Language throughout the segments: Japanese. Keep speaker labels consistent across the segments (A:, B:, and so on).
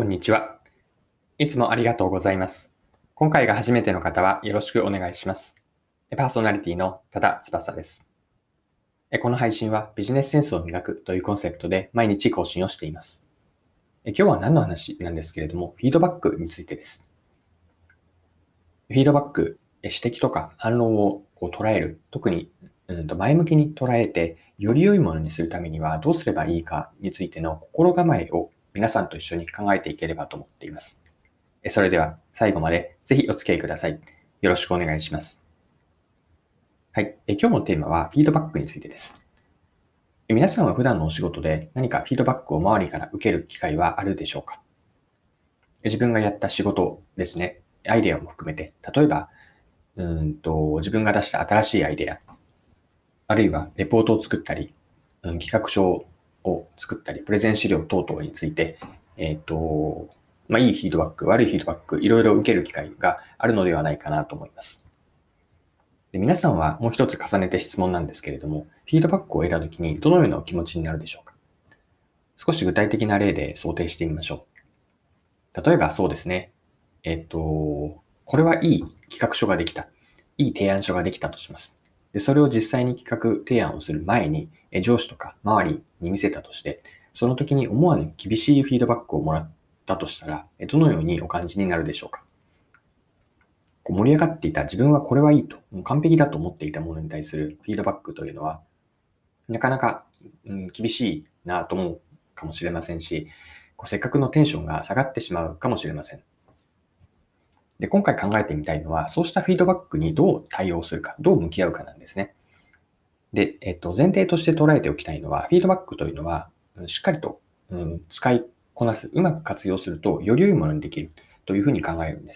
A: こんにちは。いつもありがとうございます。今回が初めての方はよろしくお願いします。パーソナリティの多田翼です。この配信はビジネスセンスを磨くというコンセプトで毎日更新をしています。今日は何の話なんですけれども、フィードバックについてです。フィードバック、指摘とか反論を捉える、特に前向きに捉えて、より良いものにするためにはどうすればいいかについての心構えを皆さんと一緒に考えていければと思っています。それでは最後までぜひお付き合いください。よろしくお願いします。はい。今日のテーマはフィードバックについてです。皆さんは普段のお仕事で何かフィードバックを周りから受ける機会はあるでしょうか？自分がやった仕事ですね。アイデアも含めて、例えば、自分が出した新しいアイデア、あるいはレポートを作ったり、企画書を作ったり、プレゼン資料等々について、いいフィードバック、悪いフィードバック、いろいろ受ける機会があるのではないかなと思います。で、皆さんはもう一つ重ねて質問なんですけれども、フィードバックを得たときにどのようなお気持ちになるでしょうか？少し具体的な例で想定してみましょう。例えばそうですね。これはいい企画書ができた。いい提案書ができたとします。で、それを実際に企画提案をする前に、上司とか周りに見せたとして、その時に思わぬ厳しいフィードバックをもらったとしたら、どのようにお感じになるでしょうか？盛り上がっていた自分はこれはいいと、もう完璧だと思っていたものに対するフィードバックというのは、なかなか、厳しいなと思うかもしれませんし、せっかくのテンションが下がってしまうかもしれません。で、今回考えてみたいのは、そうしたフィードバックにどう対応するか、どう向き合うかなんですね。で、前提として捉えておきたいのは、フィードバックというのは、しっかりと、使いこなす、うまく活用すると、より良いものにできるというふうに考えるんです。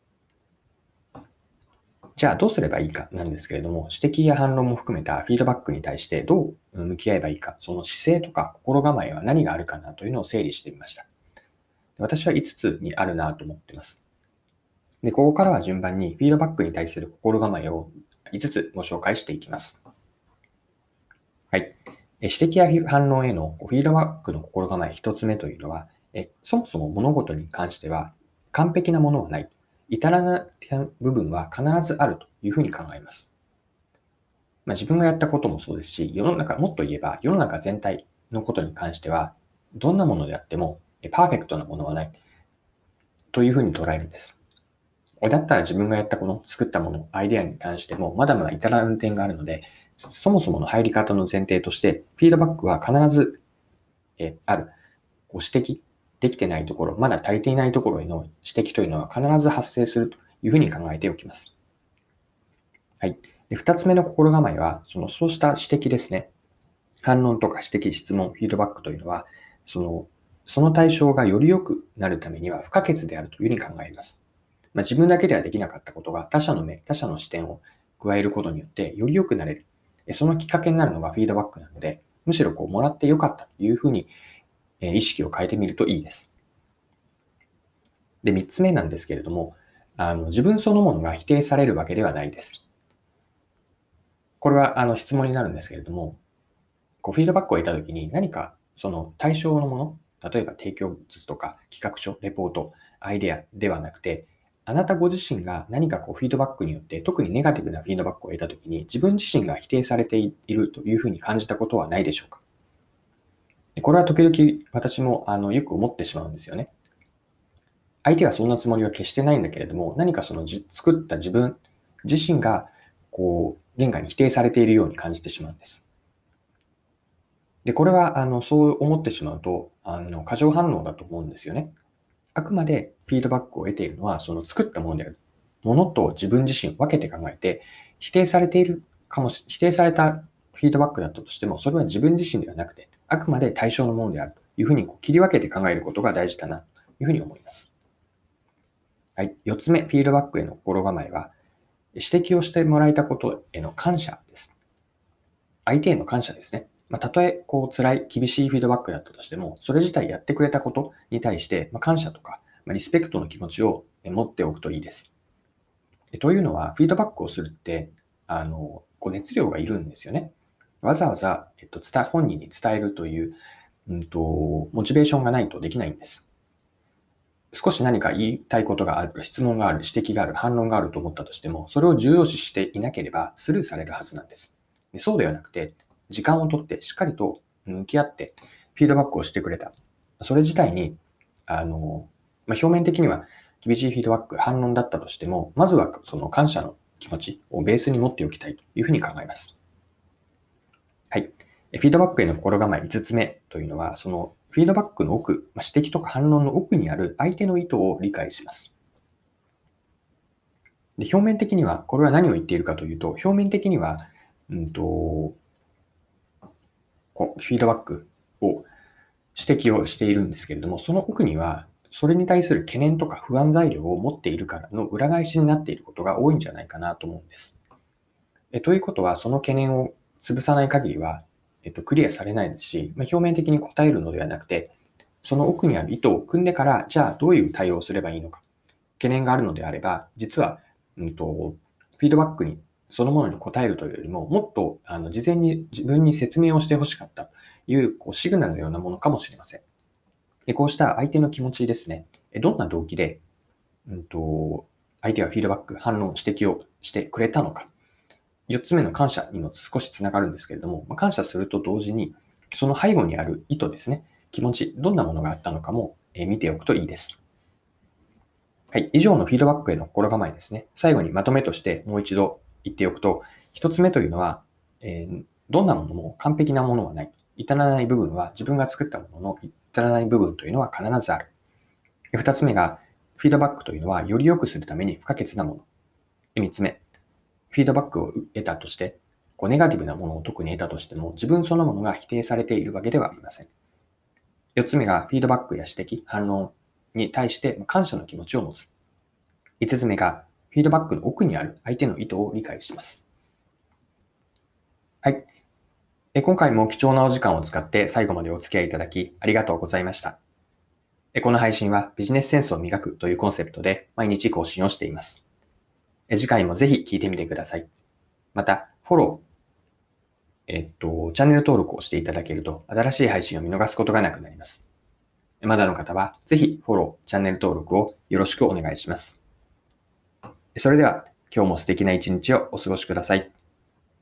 A: じゃあどうすればいいかなんですけれども、指摘や反論も含めたフィードバックに対してどう向き合えばいいか、その姿勢とか心構えは何があるかなというのを整理してみました。私は5つにあるなと思っています。で、ここからは順番にフィードバックに対する心構えを5つご紹介していきます。はい。指摘や反論へのフィードバックの心構え1つ目というのは、そもそも物事に関しては完璧なものはない。至らない部分は必ずあるというふうに考えます。自分がやったこともそうですし、世の中、もっと言えば世の中全体のことに関しては、どんなものであってもパーフェクトなものはないというふうに捉えるんです。だったら自分がやったこの作ったもの、アイデアに関してもまだまだ至らぬ点があるので、そもそもの入り方の前提として、フィードバックは必ずある。指摘できてないところ、まだ足りていないところへの指摘というのは必ず発生するというふうに考えておきます。はい。で、二つ目の心構えは、そうした指摘ですね。反論とか指摘、質問、フィードバックというのは、その対象がより良くなるためには不可欠であるというふうに考えます。自分だけではできなかったことが他者の目、他者の視点を加えることによってより良くなれる。そのきっかけになるのがフィードバックなので、むしろもらって良かったというふうに意識を変えてみるといいです。で、三つ目なんですけれども、自分そのものが否定されるわけではないです。これは質問になるんですけれども、フィードバックを得たときに何かその対象のもの、例えば提供物とか企画書、レポート、アイデアではなくて、あなたご自身が何かフィードバックによって、特にネガティブなフィードバックを得たときに、自分自身が否定されているというふうに感じたことはないでしょうか？これは時々私もよく思ってしまうんですよね。相手はそんなつもりは決してないんだけれども、何か作った自分自身が、言外に否定されているように感じてしまうんです。で、これは、そう思ってしまうと、過剰反応だと思うんですよね。あくまでフィードバックを得ているのは、その作ったものである。ものと自分自身を分けて考えて、否定されたフィードバックだったとしても、それは自分自身ではなくて、あくまで対象のものであるというふうに切り分けて考えることが大事だな、というふうに思います。はい。四つ目、フィードバックへの心構えは、指摘をしてもらえたことへの感謝です。相手への感謝ですね。たとえ辛い、厳しいフィードバックだったとしても、それ自体やってくれたことに対して、感謝とか、リスペクトの気持ちを持っておくといいです。というのは、フィードバックをするって、熱量がいるんですよね。わざわざ、本人に伝えるという、モチベーションがないとできないんです。 少し何か言いたいことがある、質問がある、指摘がある、反論があると思ったとしても、それを重要視していなければスルーされるはずなんです。でそうではなくて、時間をとってしっかりと向き合ってフィードバックをしてくれた。それ自体に、表面的には厳しいフィードバック、反論だったとしても、まずはその感謝の気持ちをベースに持っておきたいというふうに考えます。はい。フィードバックへの心構え5つ目というのは、そのフィードバックの奥、指摘とか反論の奥にある相手の意図を理解します。で表面的には、これは何を言っているかというと、表面的には、フィードバックを指摘をしているんですけれども、その奥には、それに対する懸念とか不安材料を持っているからの裏返しになっていることが多いんじゃないかなと思うんです。ということは、その懸念を潰さない限りは、クリアされないですし、表面的に答えるのではなくて、その奥にある意図を組んでから、じゃあどういう対応をすればいいのか。懸念があるのであれば、実は、フィードバックにそのものに答えるというよりも、もっと事前に自分に説明をしてほしかったというシグナルのようなものかもしれません。こうした相手の気持ちですね。どんな動機で、相手はフィードバック、反論、指摘をしてくれたのか。4つ目の感謝にも少しつながるんですけれども、感謝すると同時に、その背後にある意図ですね。気持ち、どんなものがあったのかも見ておくといいです。はい。以上のフィードバックへの心構えですね。最後にまとめとしてもう一度言っておくと、1つ目というのは、どんなものも完璧なものはない。至らない部分は自分が作ったものの至らない部分というのは必ずある。2つ目が、フィードバックというのはより良くするために不可欠なもの。3つ目、フィードバックを得たとして、ネガティブなものを特に得たとしても、自分そのものが否定されているわけではありません。4つ目が、フィードバックや指摘、反論に対して感謝の気持ちを持つ。5つ目が、フィードバックの奥にある相手の意図を理解します。はい。今回も貴重なお時間を使って最後までお付き合いいただきありがとうございました。この配信はビジネスセンスを磨くというコンセプトで毎日更新をしています。次回もぜひ聞いてみてください。また、フォロー、チャンネル登録をしていただけると新しい配信を見逃すことがなくなります。まだの方はぜひフォロー、チャンネル登録をよろしくお願いします。それでは今日も素敵な一日をお過ごしください。